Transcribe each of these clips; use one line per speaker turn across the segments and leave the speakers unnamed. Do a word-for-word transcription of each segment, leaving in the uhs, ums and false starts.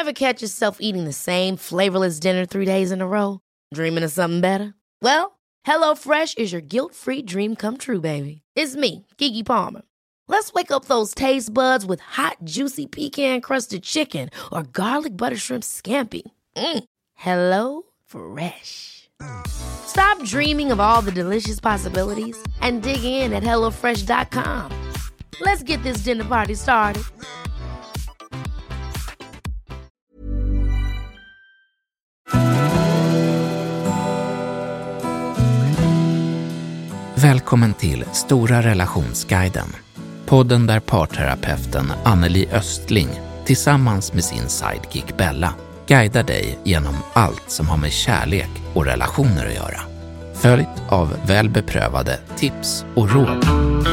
Ever catch yourself eating the same flavorless dinner three days in a row? Dreaming of something better? Well, HelloFresh is your guilt-free dream come true, baby. It's me, Keke Palmer. Let's wake up those taste buds with hot, juicy pecan-crusted chicken or garlic butter shrimp scampi. Mm. Hello Fresh. Stop dreaming of all the delicious possibilities and dig in at hello fresh dot com. Let's get this dinner party started.
Välkommen till Stora relationsguiden. Podden där parterapeuten Anneli Östling tillsammans med sin sidekick Bella guidar dig genom allt som har med kärlek och relationer att göra. Följt av välbeprövade tips och råd.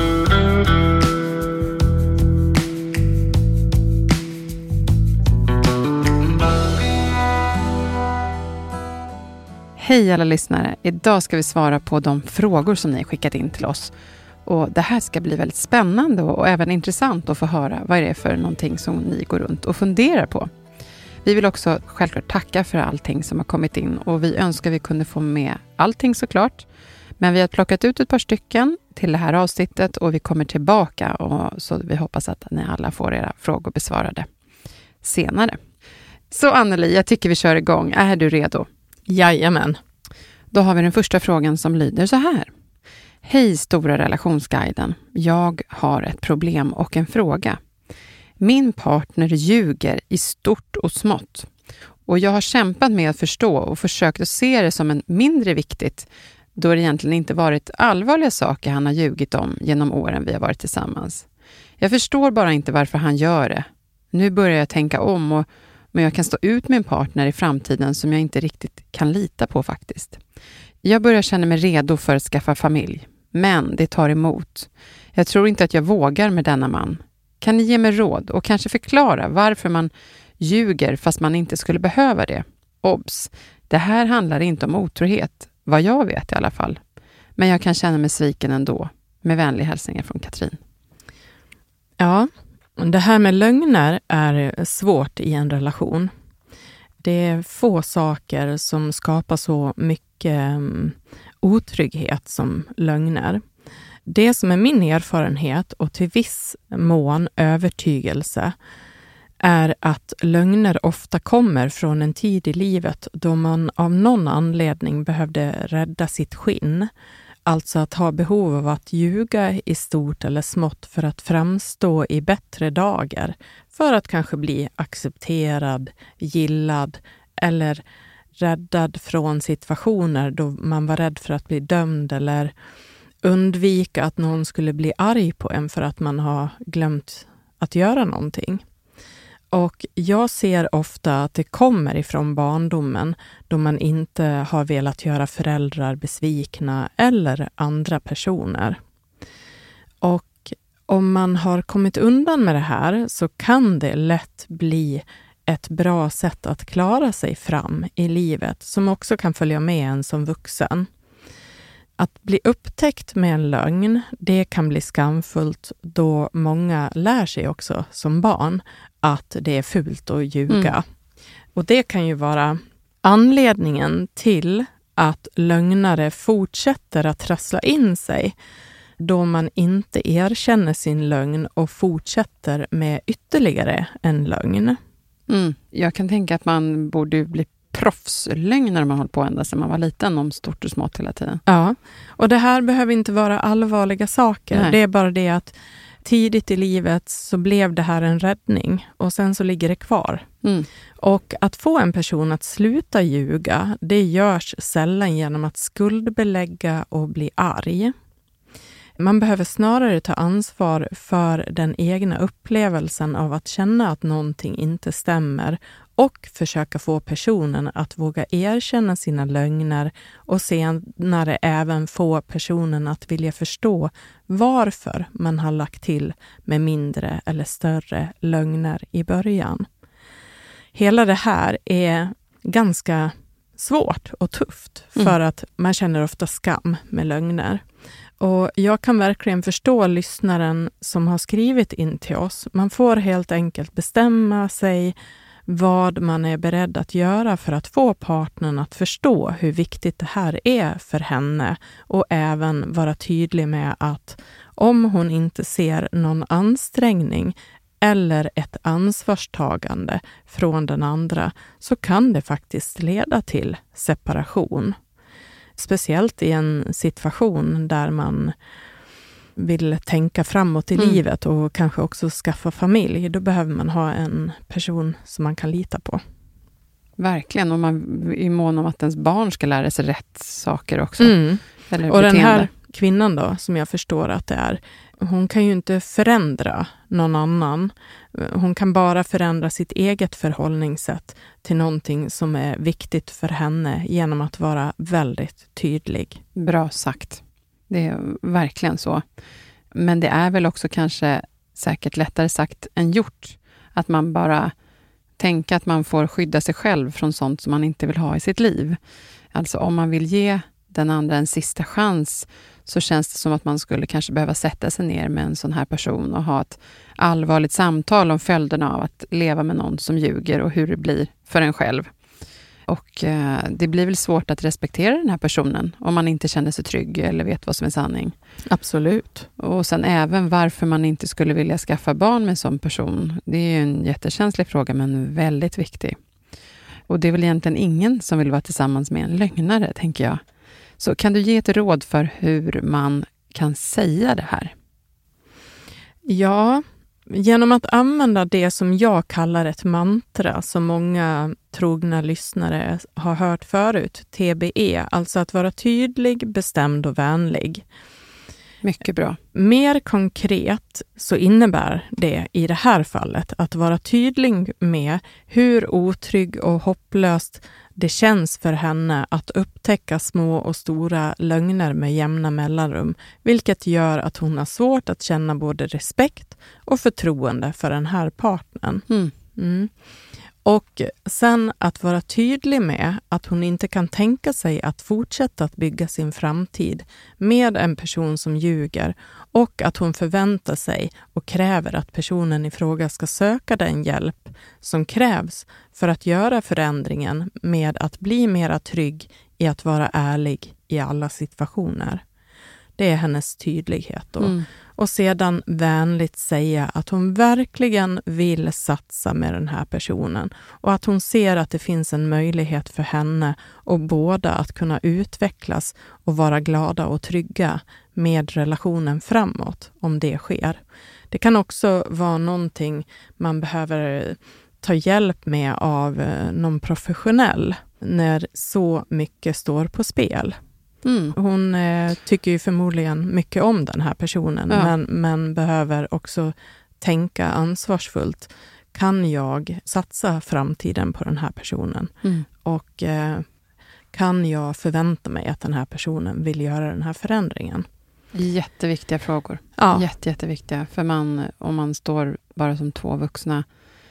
Hej alla lyssnare, idag ska vi svara på de frågor som ni skickat in till oss. Och det här ska bli väldigt spännande och även intressant att få höra vad det är för någonting som ni går runt och funderar på. Vi vill också självklart tacka för allting som har kommit in och vi önskar vi kunde få med allting såklart. Men vi har plockat ut ett par stycken till det här avsnittet och vi kommer tillbaka och så vi hoppas att ni alla får era frågor besvarade senare. Så Anneli, jag tycker vi kör igång. Är du redo?
Jajamän.
Då har vi den första frågan som lyder så här. Hej Stora relationsguiden. Jag har ett problem och en fråga. Min partner ljuger i stort och smått. Och jag har kämpat med att förstå och försökt att se det som en mindre viktigt då det egentligen inte varit allvarliga saker han har ljugit om genom åren vi har varit tillsammans. Jag förstår bara inte varför han gör det. Nu börjar jag tänka om och men jag kan stå ut med en partner i framtiden som jag inte riktigt kan lita på faktiskt. Jag börjar känna mig redo för att skaffa familj. Men det tar emot. Jag tror inte att jag vågar med denna man. Kan ni ge mig råd och kanske förklara varför man ljuger fast man inte skulle behöva det? Obs! Det här handlar inte om otrohet. Vad jag vet i alla fall. Men jag kan känna mig sviken ändå. Med vänlig hälsningar från Katrin.
Ja, det här med lögner är svårt i en relation. Det är få saker som skapar så mycket um, otrygghet som lögner. Det som är min erfarenhet och till viss mån övertygelse är att lögner ofta kommer från en tid i livet då man av någon anledning behövde rädda sitt skinn. Alltså att ha behov av att ljuga i stort eller smått för att framstå i bättre dagar. För att kanske bli accepterad, gillad eller räddad från situationer då man var rädd för att bli dömd eller undvika att någon skulle bli arg på en för att man har glömt att göra någonting. Och jag ser ofta att det kommer ifrån barndomen då man inte har velat göra föräldrar besvikna eller andra personer. Och om man har kommit undan med det här så kan det lätt bli ett bra sätt att klara sig fram i livet som också kan följa med en som vuxen. Att bli upptäckt med en lögn, det kan bli skamfullt då många lär sig också som barn att det är fult att ljuga. Mm. Och det kan ju vara anledningen till att lögnare fortsätter att trassla in sig då man inte erkänner sin lögn och fortsätter med ytterligare en lögn.
Mm. Jag kan tänka att man borde bli proffslögn när man håller på ända sedan man var liten om stort och smått hela tiden.
Ja, och det här behöver inte vara allvarliga saker. Nej. Det är bara det att tidigt i livet så blev det här en räddning och sen så ligger det kvar. Mm. Och att få en person att sluta ljuga, det görs sällan genom att skuldbelägga och bli arg. Man behöver snarare ta ansvar för den egna upplevelsen av att känna att någonting inte stämmer och försöka få personen att våga erkänna sina lögner och senare även få personen att vilja förstå varför man har lagt till med mindre eller större lögner i början. Hela det här är ganska svårt och tufft för mm. att man känner ofta skam med lögner. Och jag kan verkligen förstå lyssnaren som har skrivit in till oss. Man får helt enkelt bestämma sig vad man är beredd att göra för att få partnern att förstå hur viktigt det här är för henne, och även vara tydlig med att om hon inte ser någon ansträngning eller ett ansvarstagande från den andra, så kan det faktiskt leda till separation. Speciellt i en situation där man vill tänka framåt i mm. livet och kanske också skaffa familj. Då behöver man ha en person som man kan lita på.
Verkligen, och man är mån om att ens barn ska lära sig rätt saker också.
Mm.
Eller
och den här kvinnan då, som jag förstår att det är, hon kan ju inte förändra någon annan. Hon kan bara förändra sitt eget förhållningssätt till någonting som är viktigt för henne genom att vara väldigt tydlig.
Bra sagt. Det är verkligen så. Men det är väl också kanske säkert lättare sagt än gjort. Att man bara tänker att man får skydda sig själv från sånt som man inte vill ha i sitt liv. Alltså om man vill ge den andra en sista chans, så känns det som att man skulle kanske behöva sätta sig ner med en sån här person och ha ett allvarligt samtal om följderna av att leva med någon som ljuger och hur det blir för en själv. Och eh, det blir väl svårt att respektera den här personen om man inte känner sig trygg eller vet vad som är sanning.
Absolut.
Och sen även varför man inte skulle vilja skaffa barn med en sån person. Det är ju en jättekänslig fråga, men väldigt viktig. Och det är väl egentligen ingen som vill vara tillsammans med en lögnare, tänker jag. Så kan du ge ett råd för hur man kan säga det här?
Ja, genom att använda det som jag kallar ett mantra, som många trogna lyssnare har hört förut, T B E, alltså att vara tydlig, bestämd och vänlig.
Mycket bra.
Mer konkret så innebär det i det här fallet att vara tydlig med hur otrygg och hopplöst det känns för henne att upptäcka små och stora lögner med jämna mellanrum, vilket gör att hon har svårt att känna både respekt och förtroende för den här partnern.
Mm.
Mm. Och sen att vara tydlig med att hon inte kan tänka sig att fortsätta att bygga sin framtid med en person som ljuger, och att hon förväntar sig och kräver att personen i fråga ska söka den hjälp som krävs för att göra förändringen med att bli mera trygg i att vara ärlig i alla situationer. Det är hennes tydlighet då. Mm. Och sedan vänligt säga att hon verkligen vill satsa med den här personen. Och att hon ser att det finns en möjlighet för henne och båda att kunna utvecklas och vara glada och trygga med relationen framåt om det sker. Det kan också vara någonting man behöver ta hjälp med av någon professionell när så mycket står på spel. Mm. Hon eh, tycker ju förmodligen mycket om den här personen, ja. men, men behöver också tänka ansvarsfullt. Kan jag satsa framtiden på den här personen? Mm. Och eh, kan jag förvänta mig att den här personen vill göra den här förändringen?
Jätteviktiga frågor.
Ja.
Jätte, jätteviktiga. För man, om man står bara som två vuxna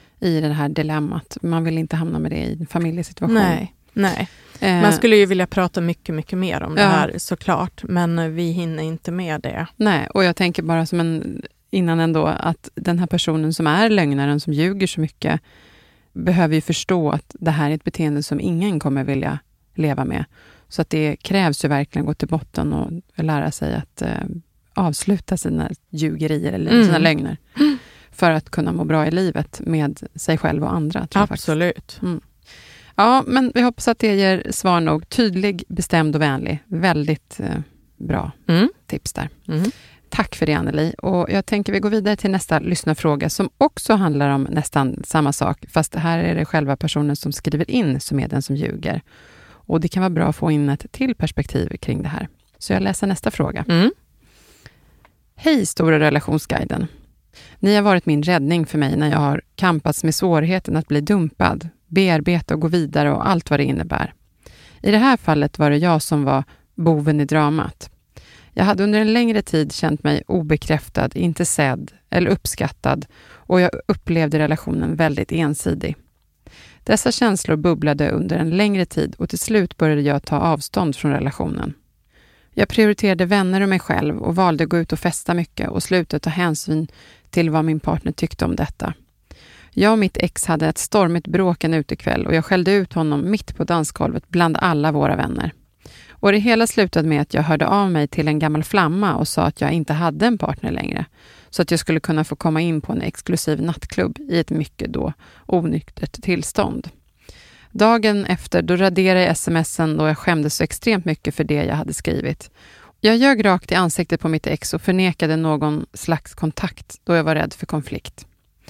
i det här dilemmat, man vill inte hamna med det i en familjesituation.
Nej. Nej, man skulle ju vilja prata mycket, mycket mer om det ja. här såklart, men vi hinner inte med det.
Nej, och jag tänker bara som en, innan ändå, att den här personen som är lögnaren, som ljuger så mycket, behöver ju förstå att det här är ett beteende som ingen kommer vilja leva med. Så att det krävs ju verkligen gå till botten och lära sig att eh, avsluta sina ljugerier eller mm. sina lögner. Mm. För att kunna må bra i livet med sig själv och andra. Tror
Absolut.
Jag mm. Ja, men vi hoppas att det ger svar nog. Tydlig, bestämd och vänlig. Väldigt eh, bra mm. tips där. Mm. Tack för det, Anneli. Och jag tänker vi går vidare till nästa lyssnarfråga som också handlar om nästan samma sak. Fast här är det själva personen som skriver in som är den som ljuger. Och det kan vara bra att få in ett till perspektiv kring det här. Så jag läser nästa fråga.
Mm.
Hej, Stora relationsguiden. Ni har varit min räddning för mig när jag har kampats med svårigheten att bli dumpad, bearbeta och gå vidare och allt vad det innebär. I det här fallet var det jag som var boven i dramat. Jag hade under en längre tid känt mig obekräftad, inte sedd eller uppskattad, och jag upplevde relationen väldigt ensidig. Dessa känslor bubblade under en längre tid och till slut började jag ta avstånd från relationen. Jag prioriterade vänner och mig själv och valde att gå ut och festa mycket och sluta ta hänsyn till vad min partner tyckte om detta. Jag och mitt ex hade ett stormigt bråk en utekväll och jag skällde ut honom mitt på dansgolvet bland alla våra vänner. Och det hela slutade med att jag hörde av mig till en gammal flamma och sa att jag inte hade en partner längre. Så att jag skulle kunna få komma in på en exklusiv nattklubb i ett mycket då onyktert tillstånd. Dagen efter då raderade jag smsen då jag skämdes så extremt mycket för det jag hade skrivit. Jag ljög rakt i ansiktet på mitt ex och förnekade någon slags kontakt då jag var rädd för konflikt.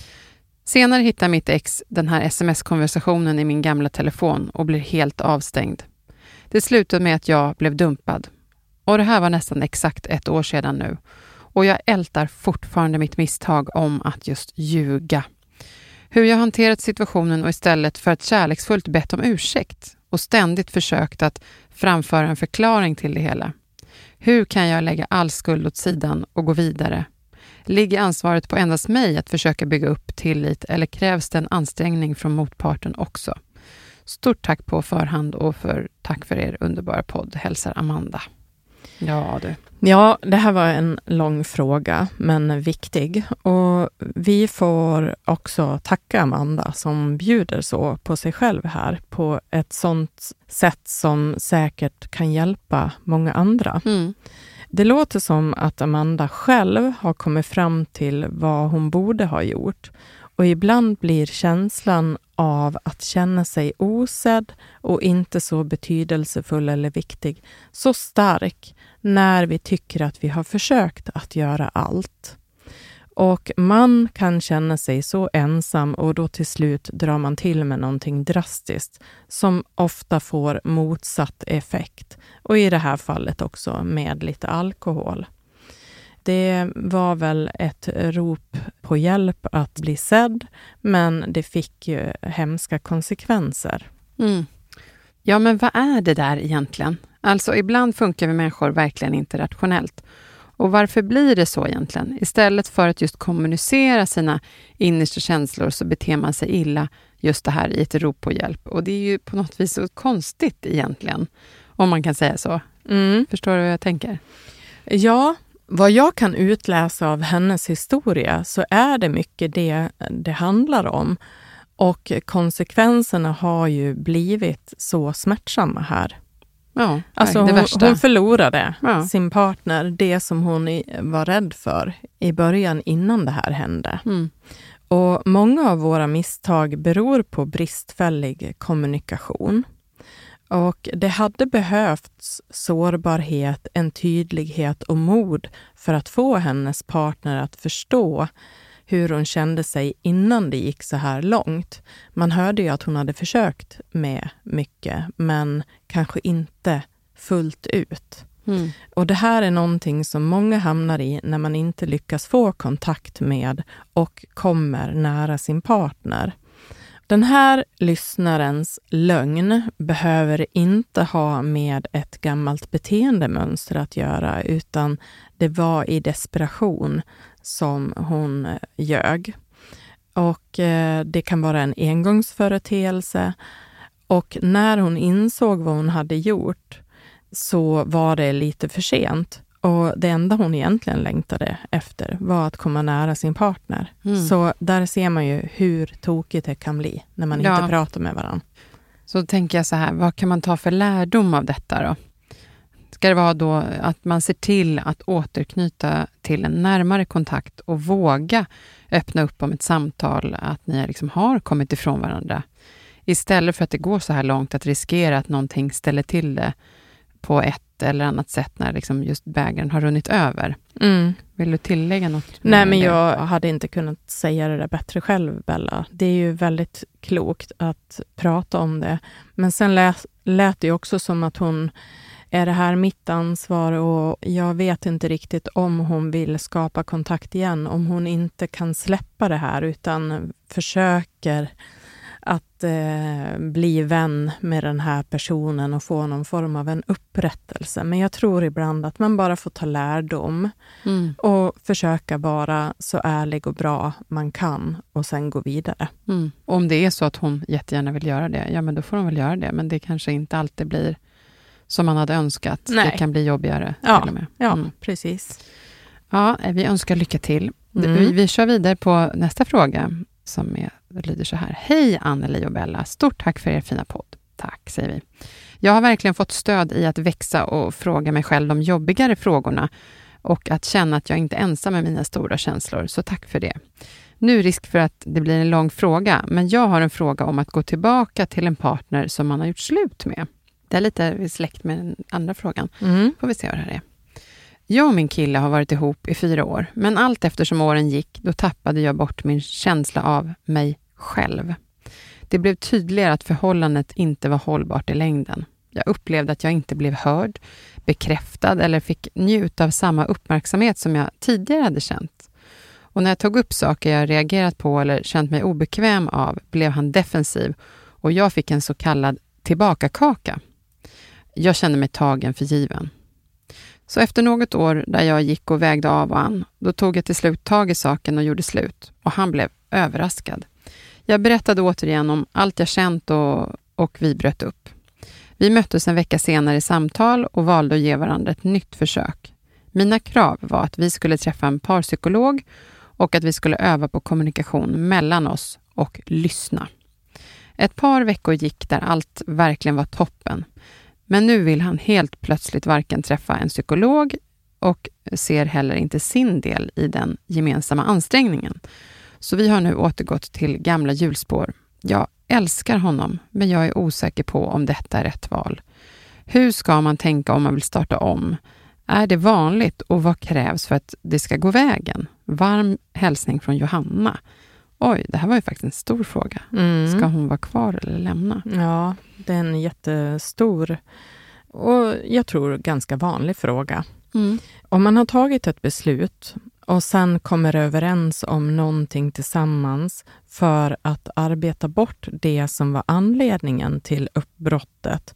Senare hittar mitt ex den här sms-konversationen i min gamla telefon och blir helt avstängd. Det slutade med att jag blev dumpad. Och det här var nästan exakt ett år sedan nu. Och jag ältar fortfarande mitt misstag om att just ljuga. Hur jag hanterat situationen och istället för att kärleksfullt bett om ursäkt och ständigt försökt att framföra en förklaring till det hela. Hur kan jag lägga all skuld åt sidan och gå vidare? Ligger ansvaret på endast mig att försöka bygga upp tillit eller krävs det en ansträngning från motparten också? Stort tack på förhand och för, tack för er underbara podd. Hälsar Amanda. Ja, du.
Ja, det här var en lång fråga, men viktig. Och vi får också tacka Amanda som bjuder så på sig själv här på ett sånt sätt som säkert kan hjälpa många andra.
Mm.
Det låter som att Amanda själv har kommit fram till vad hon borde ha gjort. Och ibland blir känslan av att känna sig osedd och inte så betydelsefull eller viktig så stark när vi tycker att vi har försökt att göra allt. Och man kan känna sig så ensam och då till slut drar man till med någonting drastiskt som ofta får motsatt effekt. Och i det här fallet också med lite alkohol. Det var väl ett rop på hjälp att bli sedd, men det fick ju hemska konsekvenser.
Mm. Ja, men vad är det där egentligen? Alltså ibland funkar vi människor verkligen inte rationellt. Och varför blir det så egentligen? Istället för att just kommunicera sina innersta känslor så beter man sig illa just det här i ett rop på hjälp. Och det är ju på något vis så konstigt egentligen, om man kan säga så.
Mm.
Förstår du vad jag tänker?
Ja, vad jag kan utläsa av hennes historia så är det mycket det det handlar om. Och konsekvenserna har ju blivit så smärtsamma här.
Ja,
alltså
det
hon,
värsta.
hon förlorade
ja.
sin partner, det som hon i, var rädd för i början innan det här hände.
Mm.
Och många av våra misstag beror på bristfällig kommunikation. Och det hade behövts sårbarhet, en tydlighet och mod för att få hennes partner att förstå hur hon kände sig innan det gick så här långt. Man hörde ju att hon hade försökt med mycket, men kanske inte fullt ut.
Mm.
Och det här är någonting som många hamnar i när man inte lyckas få kontakt med och kommer nära sin partner. Den här lyssnarens lögn behöver inte ha med ett gammalt beteendemönster att göra, utan det var i desperation som hon ljög. Och eh, det kan vara en engångsföreteelse. Och när hon insåg vad hon hade gjort så var det lite för sent. Och det enda hon egentligen längtade efter var att komma nära sin partner. Mm. Så där ser man ju hur tokigt det kan bli när man
ja.
inte pratar med varandra.
Så tänker jag så här, vad kan man ta för lärdom av detta då? Ska det vara då att man ser till att återknyta till en närmare kontakt och våga öppna upp om ett samtal, att ni liksom har kommit ifrån varandra. Istället för att det går så här långt att riskera att någonting ställer till det på ett eller annat sätt när liksom just bägaren har runnit över.
Mm.
Vill du tillägga något?
Nej, men
det?
jag hade inte kunnat säga det där bättre själv, Bella. Det är ju väldigt klokt att prata om det. Men sen lät, lät det ju också som att hon, är det här mitt ansvar och jag vet inte riktigt om hon vill skapa kontakt igen. Om hon inte kan släppa det här utan försöker att eh, bli vän med den här personen och få någon form av en upprättelse. Men jag tror ibland att man bara får ta lärdom mm. och försöka vara så ärlig och bra man kan och sen gå vidare.
Mm. Om det är så att hon jättegärna vill göra det, ja men då får hon väl göra det. Men det kanske inte alltid blir som man hade önskat. Nej. Det kan bli jobbigare.
Ja,
till och med.
ja
Mm.
precis.
Ja, vi önskar lycka till.
Mm.
Vi, vi kör vidare på nästa fråga som är Det lyder så här. Hej Anneli och Bella, stort tack för er fina podd. Tack, säger vi. Jag har verkligen fått stöd i att växa och fråga mig själv de jobbigare frågorna och att känna att jag inte är ensam med mina stora känslor, så tack för det. Nu är risk för att det blir en lång fråga, men jag har en fråga om att gå tillbaka till en partner som man har gjort slut med. Det är lite släkt med den andra frågan. Mm. Får vi se vad det här är. Jag och min kille har varit ihop i fyra år, men allt eftersom åren gick, då tappade jag bort min känsla av mig själv. Det blev tydligare att förhållandet inte var hållbart i längden. Jag upplevde att jag inte blev hörd, bekräftad eller fick njuta av samma uppmärksamhet som jag tidigare hade känt. Och när jag tog upp saker jag reagerat på eller känt mig obekväm av blev han defensiv och jag fick en så kallad tillbakakaka. Jag kände mig tagen för given. Så efter något år där jag gick och vägde av och an, då tog jag till slut tag i saken och gjorde slut. Och han blev överraskad. Jag berättade återigen om allt jag känt och, och vi bröt upp. Vi möttes en vecka senare i samtal och valde att ge varandra ett nytt försök. Mina krav var att vi skulle träffa en parpsykolog och att vi skulle öva på kommunikation mellan oss och lyssna. Ett par veckor gick där allt verkligen var toppen. Men nu vill han helt plötsligt varken träffa en psykolog och ser heller inte sin del i den gemensamma ansträngningen. Så vi har nu återgått till gamla hjulspår. Jag älskar honom, men jag är osäker på om detta är rätt val. Hur ska man tänka om man vill starta om? Är det vanligt och vad krävs för att det ska gå vägen? Varm hälsning från Johanna. Oj, det här var ju faktiskt en stor fråga. Mm. Ska hon vara kvar eller lämna?
Ja, det är en jättestor och jag tror ganska vanlig fråga. Mm. Om man har tagit ett beslut och sen kommer överens om någonting tillsammans för att arbeta bort det som var anledningen till uppbrottet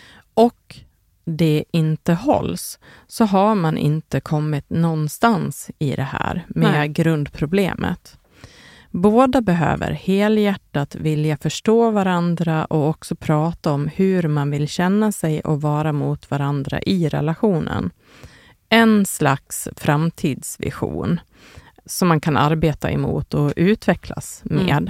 och det inte hålls, så har man inte kommit någonstans i det här med Nej. grundproblemet. Båda behöver helhjärtat vilja förstå varandra och också prata om hur man vill känna sig och vara mot varandra i relationen. En slags framtidsvision som man kan arbeta emot och utvecklas med. Mm.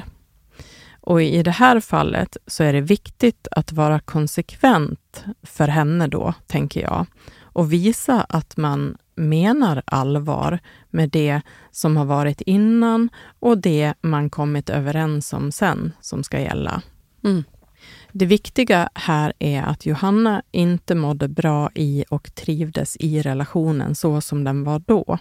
Och i det här fallet så är det viktigt att vara konsekvent för henne då, tänker jag. Och visa att man menar allvar med det som har varit innan och det man kommit överens om sen som ska gälla. Mm. Det viktiga här är att Johanna inte mådde bra i och trivdes i relationen så som den var då.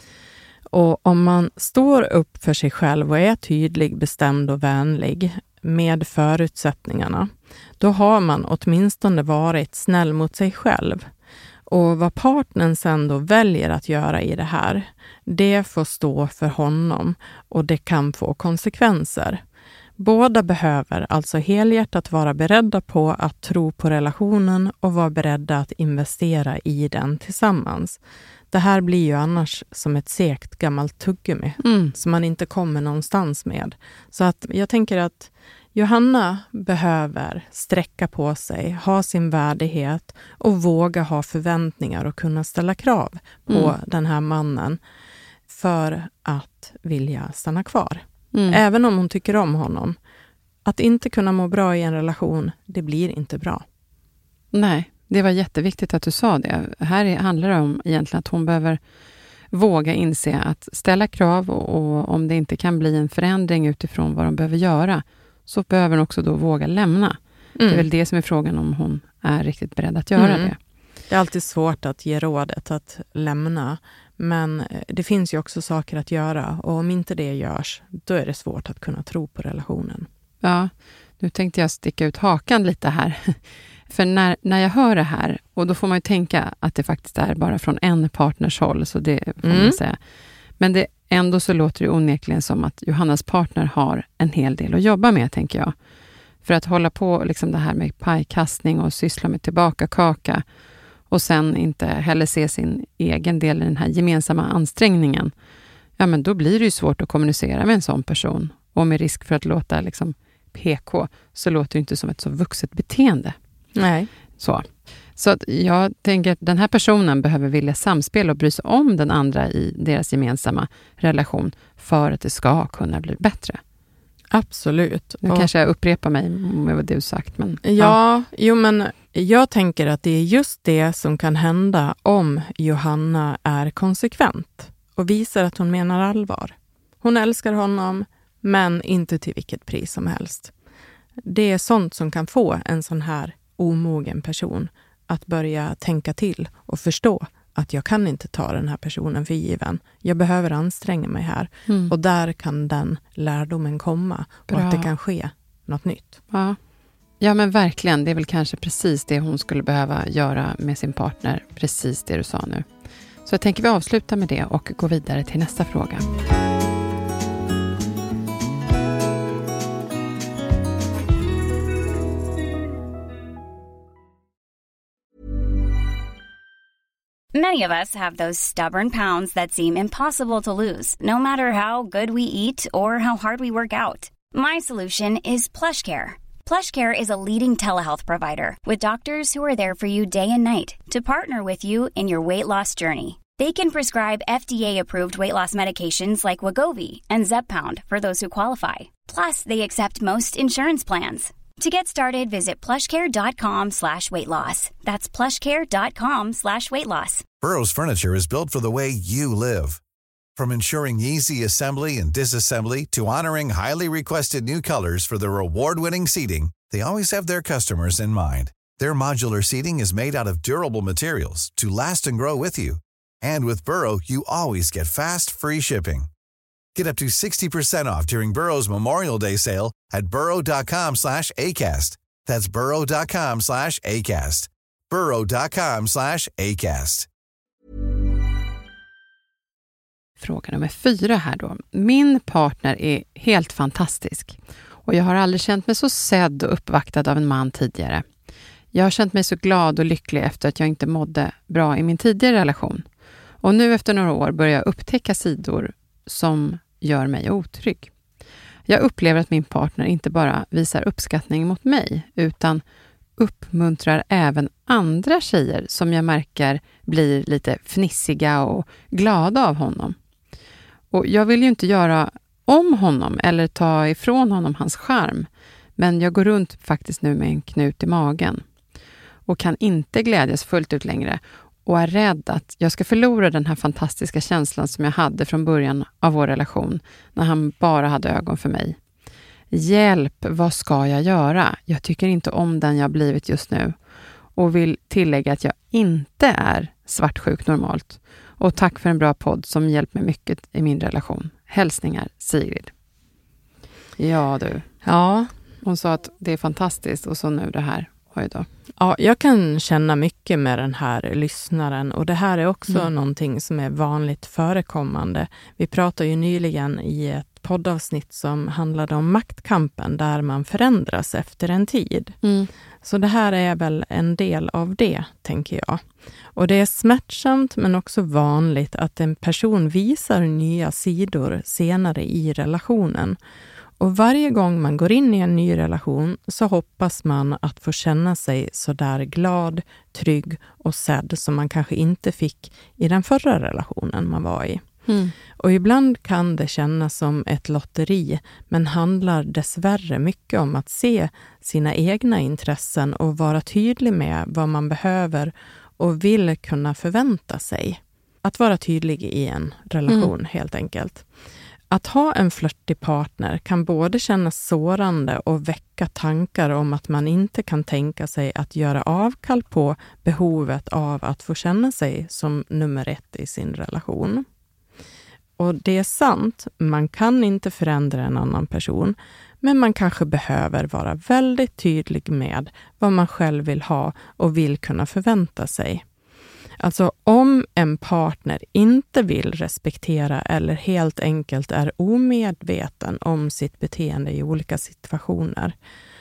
Och om man står upp för sig själv och är tydlig, bestämd och vänlig med förutsättningarna, då har man åtminstone varit snäll mot sig själv. Och vad partnern sen då väljer att göra i det här, det får stå för honom och det kan få konsekvenser. Båda behöver alltså helhjärtat vara beredda på att tro på relationen och vara beredda att investera i den tillsammans. Det här blir ju annars som ett segt gammalt tuggummi mm. som man inte kommer någonstans med. Så att jag tänker att Johanna behöver sträcka på sig, ha sin värdighet och våga ha förväntningar och kunna ställa krav på mm. den här mannen för att vilja stanna kvar. Mm. Även om hon tycker om honom. Att inte kunna må bra i en relation, det blir inte bra.
Nej, det var jätteviktigt att du sa det. Här handlar det om egentligen att hon behöver våga inse att ställa krav och, och om det inte kan bli en förändring utifrån vad de behöver göra, så behöver hon också då våga lämna. Mm. Det är väl det som är frågan, om hon är riktigt beredd att göra mm. det.
Det är alltid svårt att ge rådet att lämna, men det finns ju också saker att göra och om inte det görs, då är det svårt att kunna tro på relationen.
Ja, nu tänkte jag sticka ut hakan lite här. För när, när jag hör det här, och då får man ju tänka att det faktiskt är bara från en partners håll, så det får mm. man säga. Men det, ändå så låter det onekligen som att Johannas partner har en hel del att jobba med, tänker jag. För att hålla på liksom det här med pajkastning och syssla med tillbakakaka och sen inte heller se sin egen del i den här gemensamma ansträngningen, ja men då blir det ju svårt att kommunicera med en sån person. Och med risk för att låta liksom P K, så låter det inte som ett så vuxet beteende.
Nej.
Så. Så att jag tänker att den här personen behöver vilja samspela och bry sig om den andra i deras gemensamma relation för att det ska kunna bli bättre.
Absolut.
Nu
och,
kanske jag upprepar mig med vad du sagt. Men,
ja, ja, jo men jag tänker att det är just det som kan hända om Johanna är konsekvent och visar att hon menar allvar. Hon älskar honom, men inte till vilket pris som helst. Det är sånt som kan få en sån här omogen person att börja tänka till och förstå att jag kan inte ta den här personen för given. Jag behöver anstränga mig här. Mm. Och där kan den lärdomen komma. Bra. Och att det kan ske något nytt.
Ja. ja, men verkligen. Det är väl kanske precis det hon skulle behöva göra med sin partner. Precis det du sa nu. Så jag tänker vi avsluta med det och gå vidare till nästa fråga.
Many of us have those stubborn pounds that seem impossible to lose, no matter how good we eat or how hard we work out. My solution is PlushCare. PlushCare is a leading telehealth provider with doctors who are there for you day and night to partner with you in your weight loss journey. They can prescribe F D A-approved weight loss medications like Wegovy and Zepbound for those who qualify. Plus, they accept most insurance plans. To get started, visit plushcare.com slash weight loss. That's plushcare.com slash weight loss.
Burrow's furniture is built for the way you live. From ensuring easy assembly and disassembly to honoring highly requested new colors for their award-winning seating, they always have their customers in mind. Their modular seating is made out of durable materials to last and grow with you. And with Burrow, you always get fast, free shipping. Get up to sixty percent off during Burrow's Memorial Day sale at burrow.com slash ACAST. That's burrow.com slash ACAST. burrow.com slash ACAST.
Fråga nummer fyra här då. Min partner är helt fantastisk. Och jag har aldrig känt mig så sedd och uppvaktad av en man tidigare. Jag har känt mig så glad och lycklig efter att jag inte mådde bra i min tidigare relation. Och nu efter några år börjar jag upptäcka sidor som gör mig otrygg. Jag upplever att min partner inte bara visar uppskattning mot mig utan uppmuntrar även andra tjejer som jag märker blir lite fnissiga och glada av honom. Och jag vill ju inte göra om honom eller ta ifrån honom hans charm, men jag går runt faktiskt nu med en knut i magen och kan inte glädjas fullt ut längre och är rädd att jag ska förlora den här fantastiska känslan som jag hade från början av vår relation när han bara hade ögon för mig. Hjälp, vad ska jag göra? Jag tycker inte om den jag blivit just nu och vill tillägga att jag inte är svartsjuk normalt. Och tack för en bra podd som hjälpt mig mycket i min relation. Hälsningar, Sigrid. Ja du.
Ja.
Hon sa att det är fantastiskt och så nu det här. Oj då.
Ja, jag kan känna mycket med den här lyssnaren och det här är också
Mm.
någonting som är vanligt förekommande. Vi pratade ju nyligen i ett poddavsnitt som handlade om maktkampen där man förändras efter en tid.
Mm.
Så det här är väl en del av det, tänker jag. Och det är smärtsamt men också vanligt att en person visar nya sidor senare i relationen. Och varje gång man går in i en ny relation så hoppas man att få känna sig så där glad, trygg och sedd som man kanske inte fick i den förra relationen man var i.
Mm.
Och ibland kan det kännas som ett lotteri men handlar dessvärre mycket om att se sina egna intressen och vara tydlig med vad man behöver och vill kunna förvänta sig. Att vara tydlig i en relation mm. helt enkelt. Att ha en flörtig partner kan både kännas sårande och väcka tankar om att man inte kan tänka sig att göra avkall på behovet av att få känna sig som nummer ett i sin relation. Och det är sant, man kan inte förändra en annan person, men man kanske behöver vara väldigt tydlig med vad man själv vill ha och vill kunna förvänta sig. Alltså om en partner inte vill respektera eller helt enkelt är omedveten om sitt beteende i olika situationer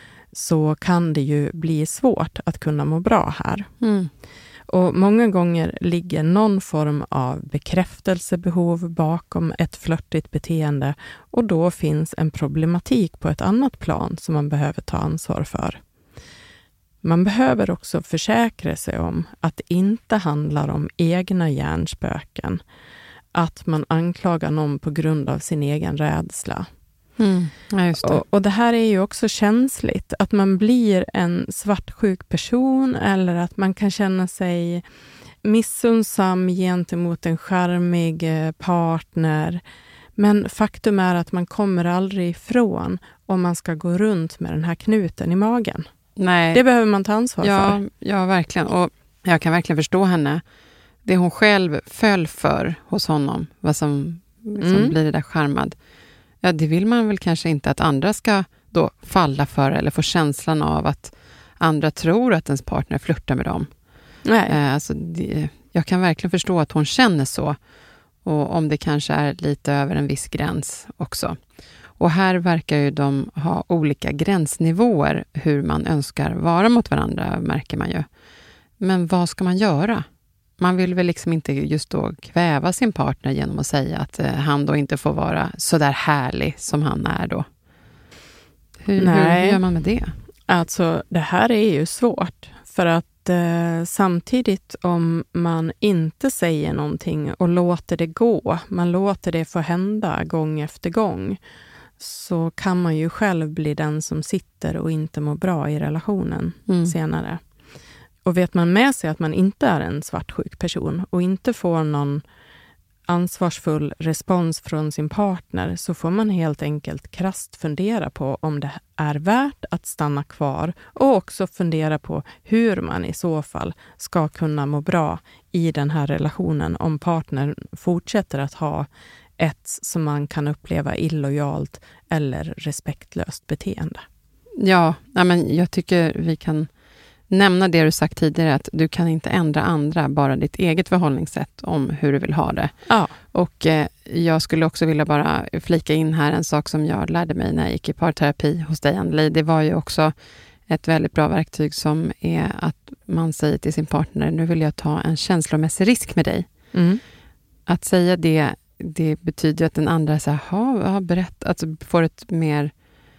så kan det ju bli svårt att kunna må bra här.
Mm.
Och många gånger ligger någon form av bekräftelsebehov bakom ett flörtigt beteende och då finns en problematik på ett annat plan som man behöver ta ansvar för. Man behöver också försäkra sig om att det inte handlar om egna hjärnspöken, att man anklagar någon på grund av sin egen rädsla.
Mm. Ja, just det.
Och, och det här är ju också känsligt, att man blir en svartsjuk person eller att man kan känna sig missunnsam gentemot en charmig partner. Men faktum är att man kommer aldrig ifrån om man ska gå runt med den här knuten i magen.
Nej.
Det behöver man ta ansvar
ja,
för.
Ja, verkligen. Och jag kan verkligen förstå henne. Det hon själv föll för hos honom, vad som liksom
Mm.
blir det där charmad. Ja, det vill man väl kanske inte att andra ska då falla för eller få känslan av att andra tror att ens partner flirtar med dem.
Nej.
Eh, alltså det, jag kan verkligen förstå att hon känner så. Och om det kanske är lite över en viss gräns också. Och här verkar ju de ha olika gränsnivåer hur man önskar vara mot varandra, märker man ju. Men vad ska man göra? Man vill väl liksom inte just då kväva sin partner genom att säga att eh, han då inte får vara så där härlig som han är då. Hur,
Nej.
hur gör man med det?
Alltså, det här är ju svårt. För att eh, samtidigt om man inte säger någonting och låter det gå, man låter det få hända gång efter gång, så kan man ju själv bli den som sitter och inte mår bra i relationen
Mm.
senare. Och vet man med sig att man inte är en svartsjuk person och inte får någon ansvarsfull respons från sin partner, så får man helt enkelt krasst fundera på om det är värt att stanna kvar och också fundera på hur man i så fall ska kunna må bra i den här relationen om partnern fortsätter att ha ett som man kan uppleva illojalt eller respektlöst beteende.
Ja, ja, men jag tycker vi kan nämna det du sagt tidigare, att du kan inte ändra andra, bara ditt eget förhållningssätt om hur du vill ha det.
Ja.
Och eh, jag skulle också vilja bara flika in här en sak som jag lärde mig när jag gick i parterapi hos dig, Anneli. Det var ju också ett väldigt bra verktyg som är att man säger till sin partner, nu vill jag ta en känslomässig risk med dig.
Mm.
Att säga det, det betyder att den andra så här, har berättat, alltså får ett mer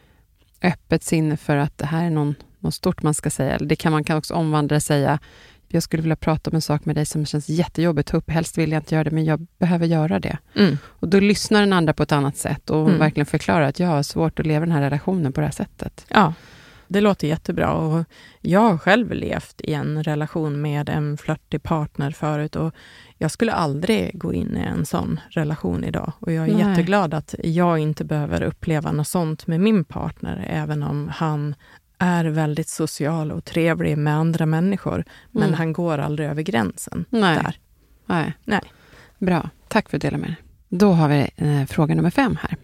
öppet sinne för att det här är någon, något stort man ska säga. Det kan man kan också omvandla och säga, jag skulle vilja prata om en sak med dig som känns jättejobbigt att ta upp. Helst vill jag inte göra det, men jag behöver göra det.
Mm.
Och då lyssnar den andra på ett annat sätt och
Mm.
verkligen förklarar att jag har svårt att leva den här relationen på det här sättet.
Ja, det låter jättebra. Och jag har själv levt i en relation med en flörtig partner förut och jag skulle aldrig gå in i en sån relation idag. Och jag är
Nej.
jätteglad att jag inte behöver uppleva något sånt med min partner, även om han är väldigt social och trevlig med andra människor. Men
Mm.
han går aldrig över gränsen
Nej.
där.
Nej.
Nej.
Bra, tack för att dela med dig. Då har vi eh, fråga nummer fem här.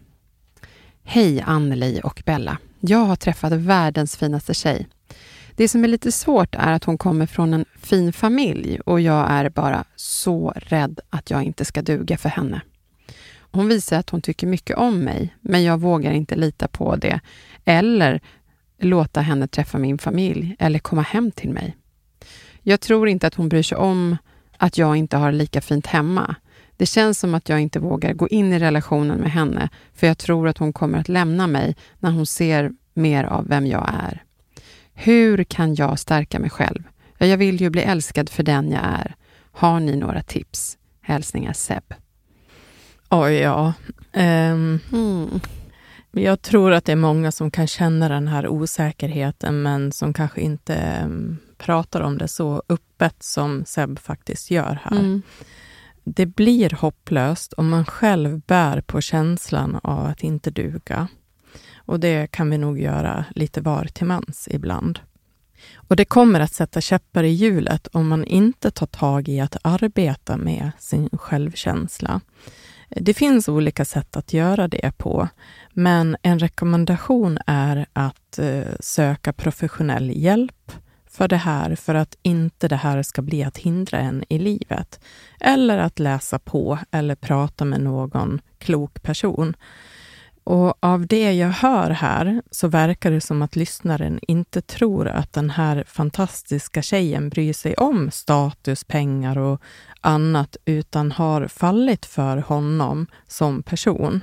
Hej Anneli och Bella. Jag har träffat världens finaste tjej. Det som är lite svårt är att hon kommer från en fin familj och jag är bara så rädd att jag inte ska duga för henne. Hon visar att hon tycker mycket om mig, men jag vågar inte lita på det eller låta henne träffa min familj eller komma hem till mig. Jag tror inte att hon bryr sig om att jag inte har lika fint hemma. Det känns som att jag inte vågar gå in i relationen med henne för jag tror att hon kommer att lämna mig när hon ser mer av vem jag är. Hur kan jag stärka mig själv? Ja, jag vill ju bli älskad för den jag är. Har ni några tips? Hälsningar Seb.
Oj, ja. Um,
Mm.
jag tror att det är många som kan känna den här osäkerheten men som kanske inte um, pratar om det så öppet som Seb faktiskt gör här.
Mm.
Det blir hopplöst om man själv bär på känslan av att inte duga. Och det kan vi nog göra lite var till mans ibland. Och det kommer att sätta käppar i hjulet om man inte tar tag i att arbeta med sin självkänsla. Det finns olika sätt att göra det på, men en rekommendation är att eh, söka professionell hjälp för det här, för att inte det här ska bli att hindra en i livet. Eller att läsa på eller prata med någon klok person. Och av det jag hör här så verkar det som att lyssnaren inte tror att den här fantastiska tjejen bryr sig om status, pengar och annat utan har fallit för honom som person.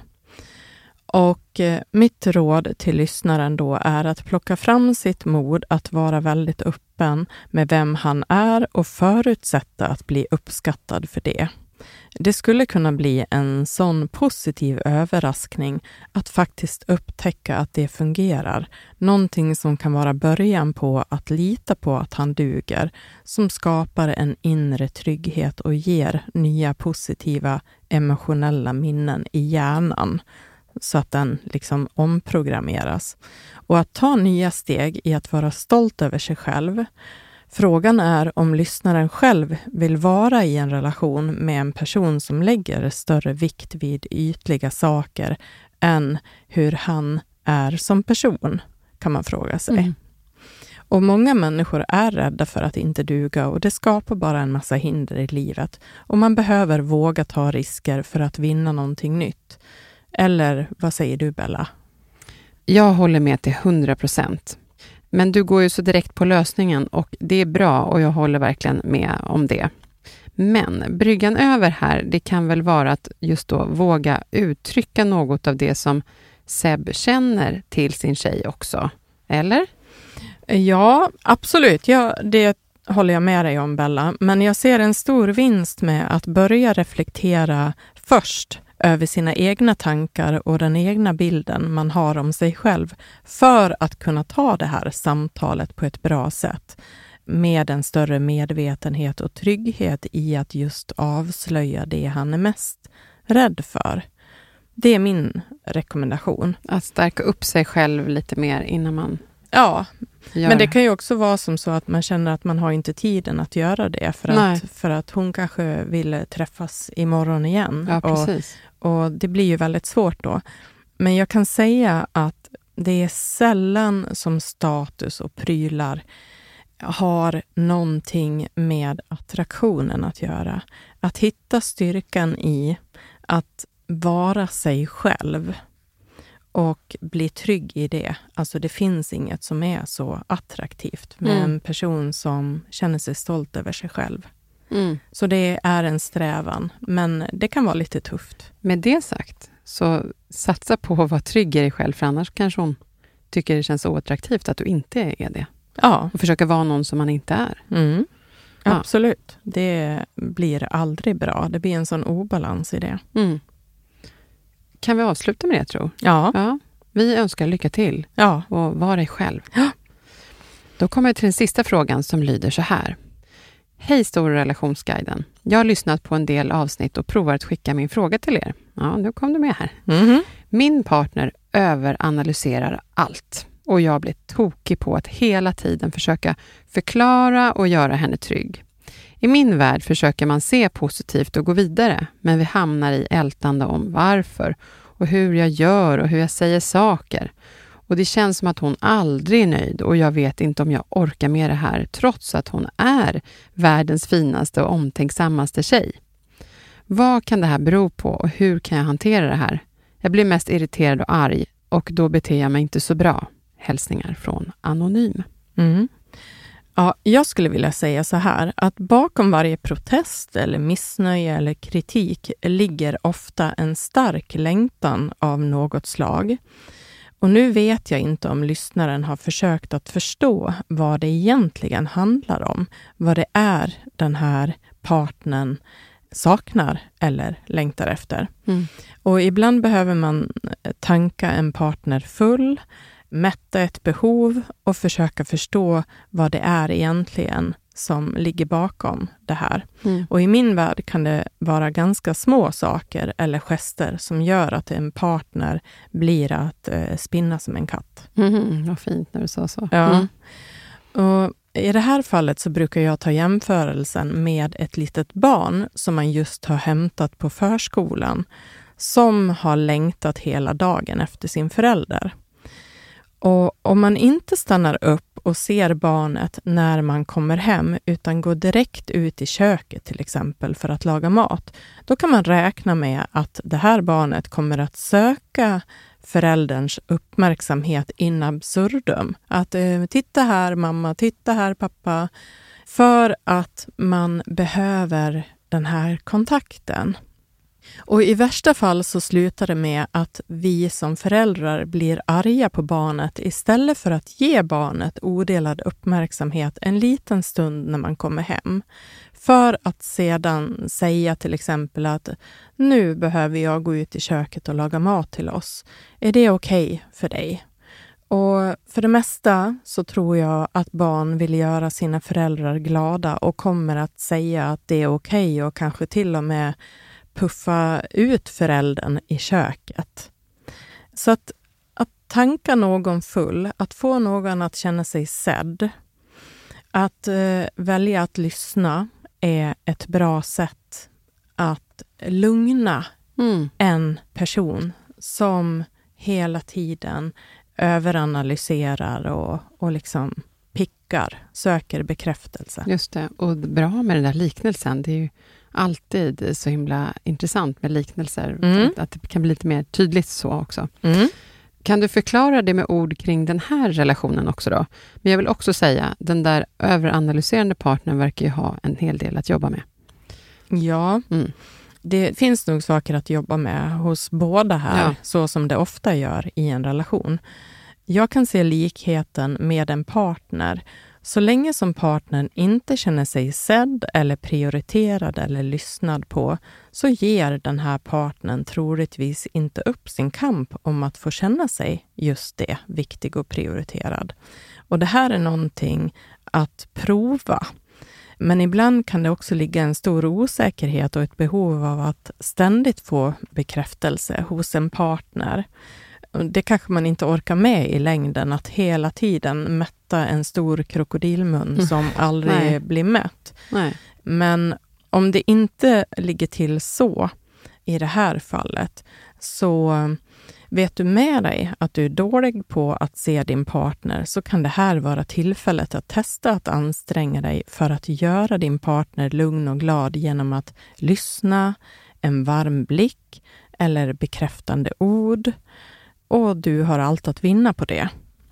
Och eh, mitt råd till lyssnaren då är att plocka fram sitt mod att vara väldigt öppen med vem han är och förutsätta att bli uppskattad för det. Det skulle kunna bli en sån positiv överraskning att faktiskt upptäcka att det fungerar. Någonting som kan vara början på att lita på att han duger, som skapar en inre trygghet och ger nya positiva emotionella minnen i hjärnan så att den liksom omprogrammeras. Och att ta nya steg i att vara stolt över sig själv. Frågan är om lyssnaren själv vill vara i en relation med en person som lägger större vikt vid ytliga saker än hur han är som person, kan man fråga sig. Mm. Och många människor är rädda för att inte duga och det skapar bara en massa hinder i livet. Och man behöver våga ta risker för att vinna någonting nytt. Eller vad säger du, Bella?
Jag håller med till hundra procent. Men du går ju så direkt på lösningen och det är bra och jag håller verkligen med om det. Men bryggan över här, det kan väl vara att just då våga uttrycka något av det som Seb känner till sin tjej också. Eller?
Ja, absolut. Ja, det håller jag med dig om, Bella. Men jag ser en stor vinst med att börja reflektera först över sina egna tankar och den egna bilden man har om sig själv för att kunna ta det här samtalet på ett bra sätt med en större medvetenhet och trygghet i att just avslöja det han är mest rädd för. Det är min rekommendation.
Att stärka upp sig själv lite mer innan man...
Ja,
gör.
Men det kan ju också vara som så att man känner att man har inte tiden att göra det för, att, för att hon kanske vill träffas imorgon igen.
Ja, precis.
Och, och det blir ju väldigt svårt då. Men jag kan säga att det är sällan som status och prylar har någonting med attraktionen att göra. Att hitta styrkan i att vara sig själv och bli trygg i det. Alltså det finns inget som är så attraktivt med mm. en person som känner sig stolt över sig själv. Mm. Så det är en strävan, men det kan vara lite tufft.
Med det sagt, så satsa på att vara trygg i dig själv, för annars kanske hon tycker det känns oattraktivt att du inte är det.
Ja.
Och försöka vara någon som man inte är.
Mm. Ja. Absolut. Det blir aldrig bra. Det blir en sån obalans i det.
Mm. Kan vi avsluta med det, tror
ja.
ja. Vi önskar lycka till.
Ja.
Och var dig själv.
Ja.
Då kommer jag till den sista frågan som lyder så här. Hej Stora relationsguiden. Jag har lyssnat på en del avsnitt och provar att skicka min fråga till er. Ja, nu kom du med här.
Mm-hmm.
Min partner överanalyserar allt. Och jag blir tokig på att hela tiden försöka förklara och göra henne trygg. I min värld försöker man se positivt och gå vidare, men vi hamnar i ältande om varför och hur jag gör och hur jag säger saker. Och det känns som att hon aldrig är nöjd och jag vet inte om jag orkar med det här trots att hon är världens finaste och omtänksammaste tjej. Vad kan det här bero på och hur kan jag hantera det här? Jag blir mest irriterad och arg och då beter jag mig inte så bra. Hälsningar från Anonym.
Mm. Ja, jag skulle vilja säga så här, att bakom varje protest eller missnöje eller kritik ligger ofta en stark längtan av något slag. Och nu vet jag inte om lyssnaren har försökt att förstå vad det egentligen handlar om. Vad det är den här partnern saknar eller längtar efter. Mm. Och ibland behöver man tanka en partner full, mätta ett behov och försöka förstå vad det är egentligen som ligger bakom det här. Mm. Och i min värld kan det vara ganska små saker eller gester som gör att en partner blir att eh, spinna som en katt.
Mm, vad fint när du sa så.
Ja.
Mm.
Och i det här fallet så brukar jag ta jämförelsen med ett litet barn som man just har hämtat på förskolan som har längtat hela dagen efter sin förälder. Och om man inte stannar upp och ser barnet när man kommer hem utan går direkt ut i köket till exempel för att laga mat, då kan man räkna med att det här barnet kommer att söka förälderns uppmärksamhet in absurdum. Att eh, titta här mamma, titta här pappa, för att man behöver den här kontakten. Och i värsta fall så slutar det med att vi som föräldrar blir arga på barnet istället för att ge barnet odelad uppmärksamhet en liten stund när man kommer hem. För att sedan säga till exempel att nu behöver jag gå ut i köket och laga mat till oss. Är det okej okay för dig? Och för det mesta så tror jag att barn vill göra sina föräldrar glada och kommer att säga att det är okej okay och kanske till och med puffa ut föräldern i köket. Så att, att tanka någon full, att få någon att känna sig sedd, att eh, välja att lyssna är ett bra sätt att lugna mm. en person som hela tiden överanalyserar och, och liksom pickar, söker bekräftelse.
Just det, och bra med den där liknelsen. Det är ju alltid så himla intressant med liknelser. Mm. Att det kan bli lite mer tydligt så också. Mm. Kan du förklara det med ord kring den här relationen också då? Men jag vill också säga, den där överanalyserande partnern verkar ju ha en hel del att jobba med.
Ja, mm. det finns nog saker att jobba med hos båda här, ja. Så som det ofta gör i en relation. Jag kan se likheten med en partner. Så länge som partnern inte känner sig sedd eller prioriterad eller lyssnad på, så ger den här partnern troligtvis inte upp sin kamp om att få känna sig just det, viktig och prioriterad. Och det här är någonting att prova. Men ibland kan det också ligga en stor osäkerhet och ett behov av att ständigt få bekräftelse hos en partner. Det kanske man inte orkar med i längden, att hela tiden mätta en stor krokodilmun som aldrig Nej. blir mätt. Nej. Men om det inte ligger till så i det här fallet, så vet du med dig att du är dålig på att se din partner, så kan det här vara tillfället att testa att anstränga dig för att göra din partner lugn och glad genom att lyssna, en varm blick eller bekräftande ord. Och du har allt att vinna på det.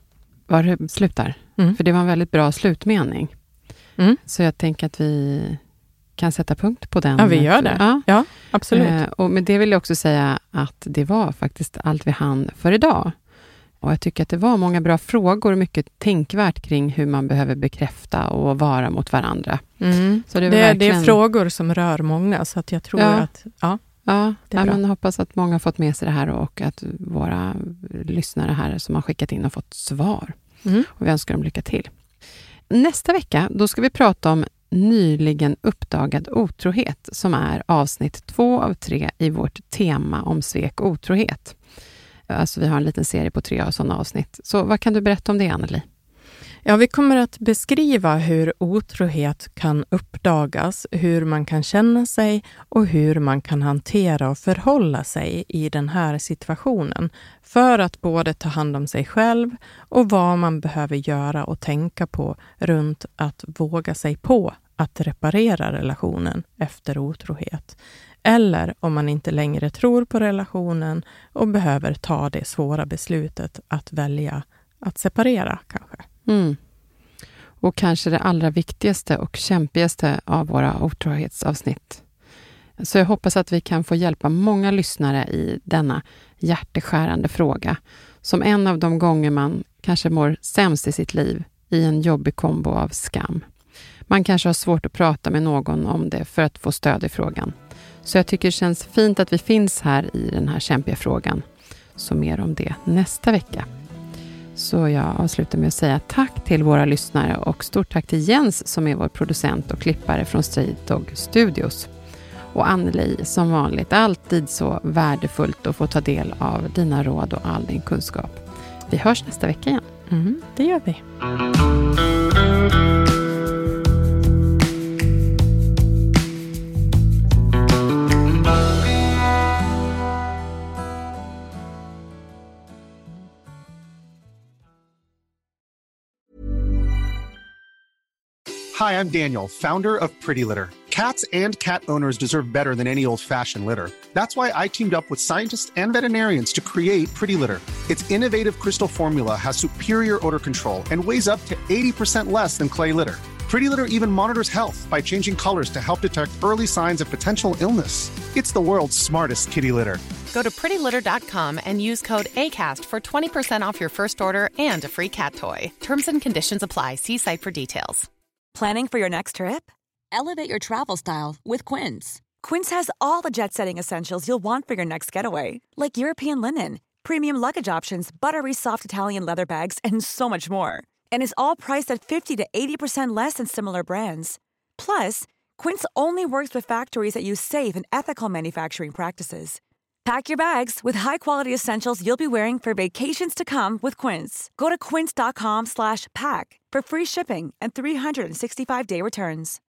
Var det slutar? Mm. För det var en väldigt bra slutmening. Mm. Så jag tänker att vi kan sätta punkt på den.
Ja, vi gör det. Ja, ja absolut.
Eh, och med det vill jag också säga att det var faktiskt allt vi hann för idag. Och jag tycker att det var många bra frågor och mycket tänkvärt kring hur man behöver bekräfta och vara mot varandra.
Mm. Så det, är det, verkligen... det är frågor som rör många, så att jag tror ja. att... Ja.
Ja, ja men hoppas att många har fått med sig det här och att våra lyssnare här som har skickat in har fått svar. Mm. Och vi önskar dem lycka till. Nästa vecka, då ska vi prata om nyligen uppdagad otrohet, som är avsnitt två av tre i vårt tema om svek och otrohet. Alltså vi har en liten serie på tre av sådana avsnitt. Så vad kan du berätta om det, Anneli?
Ja, vi kommer att beskriva hur otrohet kan uppdagas, hur man kan känna sig och hur man kan hantera och förhålla sig i den här situationen för att både ta hand om sig själv och vad man behöver göra och tänka på runt att våga sig på att reparera relationen efter otrohet. Eller om man inte längre tror på relationen och behöver ta det svåra beslutet att välja att separera kanske.
Mm. Och kanske det allra viktigaste och kämpigaste av våra otrohetsavsnitt. Så jag hoppas att vi kan få hjälpa många lyssnare i denna hjärteskärande fråga, som en av de gånger man kanske mår sämst i sitt liv i en jobbig kombo av skam. Man kanske har svårt att prata med någon om det för att få stöd i frågan. Så jag tycker det känns fint att vi finns här i den här kämpiga frågan. Så mer om det nästa vecka. Så jag avslutar med att säga tack till våra lyssnare och stort tack till Jens som är vår producent och klippare från Street Dog Studios. Och Anneli, som vanligt, alltid så värdefullt att få ta del av dina råd och all din kunskap. Vi hörs nästa vecka igen.
Mm, det gör vi.
Hi, I'm Daniel, founder of Pretty Litter. Cats and cat owners deserve better than any old-fashioned litter. That's why I teamed up with scientists and veterinarians to create Pretty Litter. Its innovative crystal formula has superior odor control and weighs up to eighty percent less than clay litter. Pretty Litter even monitors health by changing colors to help detect early signs of potential illness. It's the world's smartest kitty litter.
Go to pretty litter dot com and use code ACAST for twenty percent off your first order and a free cat toy. Terms and conditions apply. See site for details.
Planning for your next trip? elevate your travel style with Quince.
Quince has all the jet-setting essentials you'll want for your next getaway, like European linen, premium luggage options, buttery soft Italian leather bags, and so much more. And is all priced at fifty to eighty percent less than similar brands. Plus, Quince only works with factories that use safe and ethical manufacturing practices. Pack your bags with high-quality essentials you'll be wearing for vacations to come with Quince. Go to quince.com slash pack for free shipping and three hundred sixty-five day returns.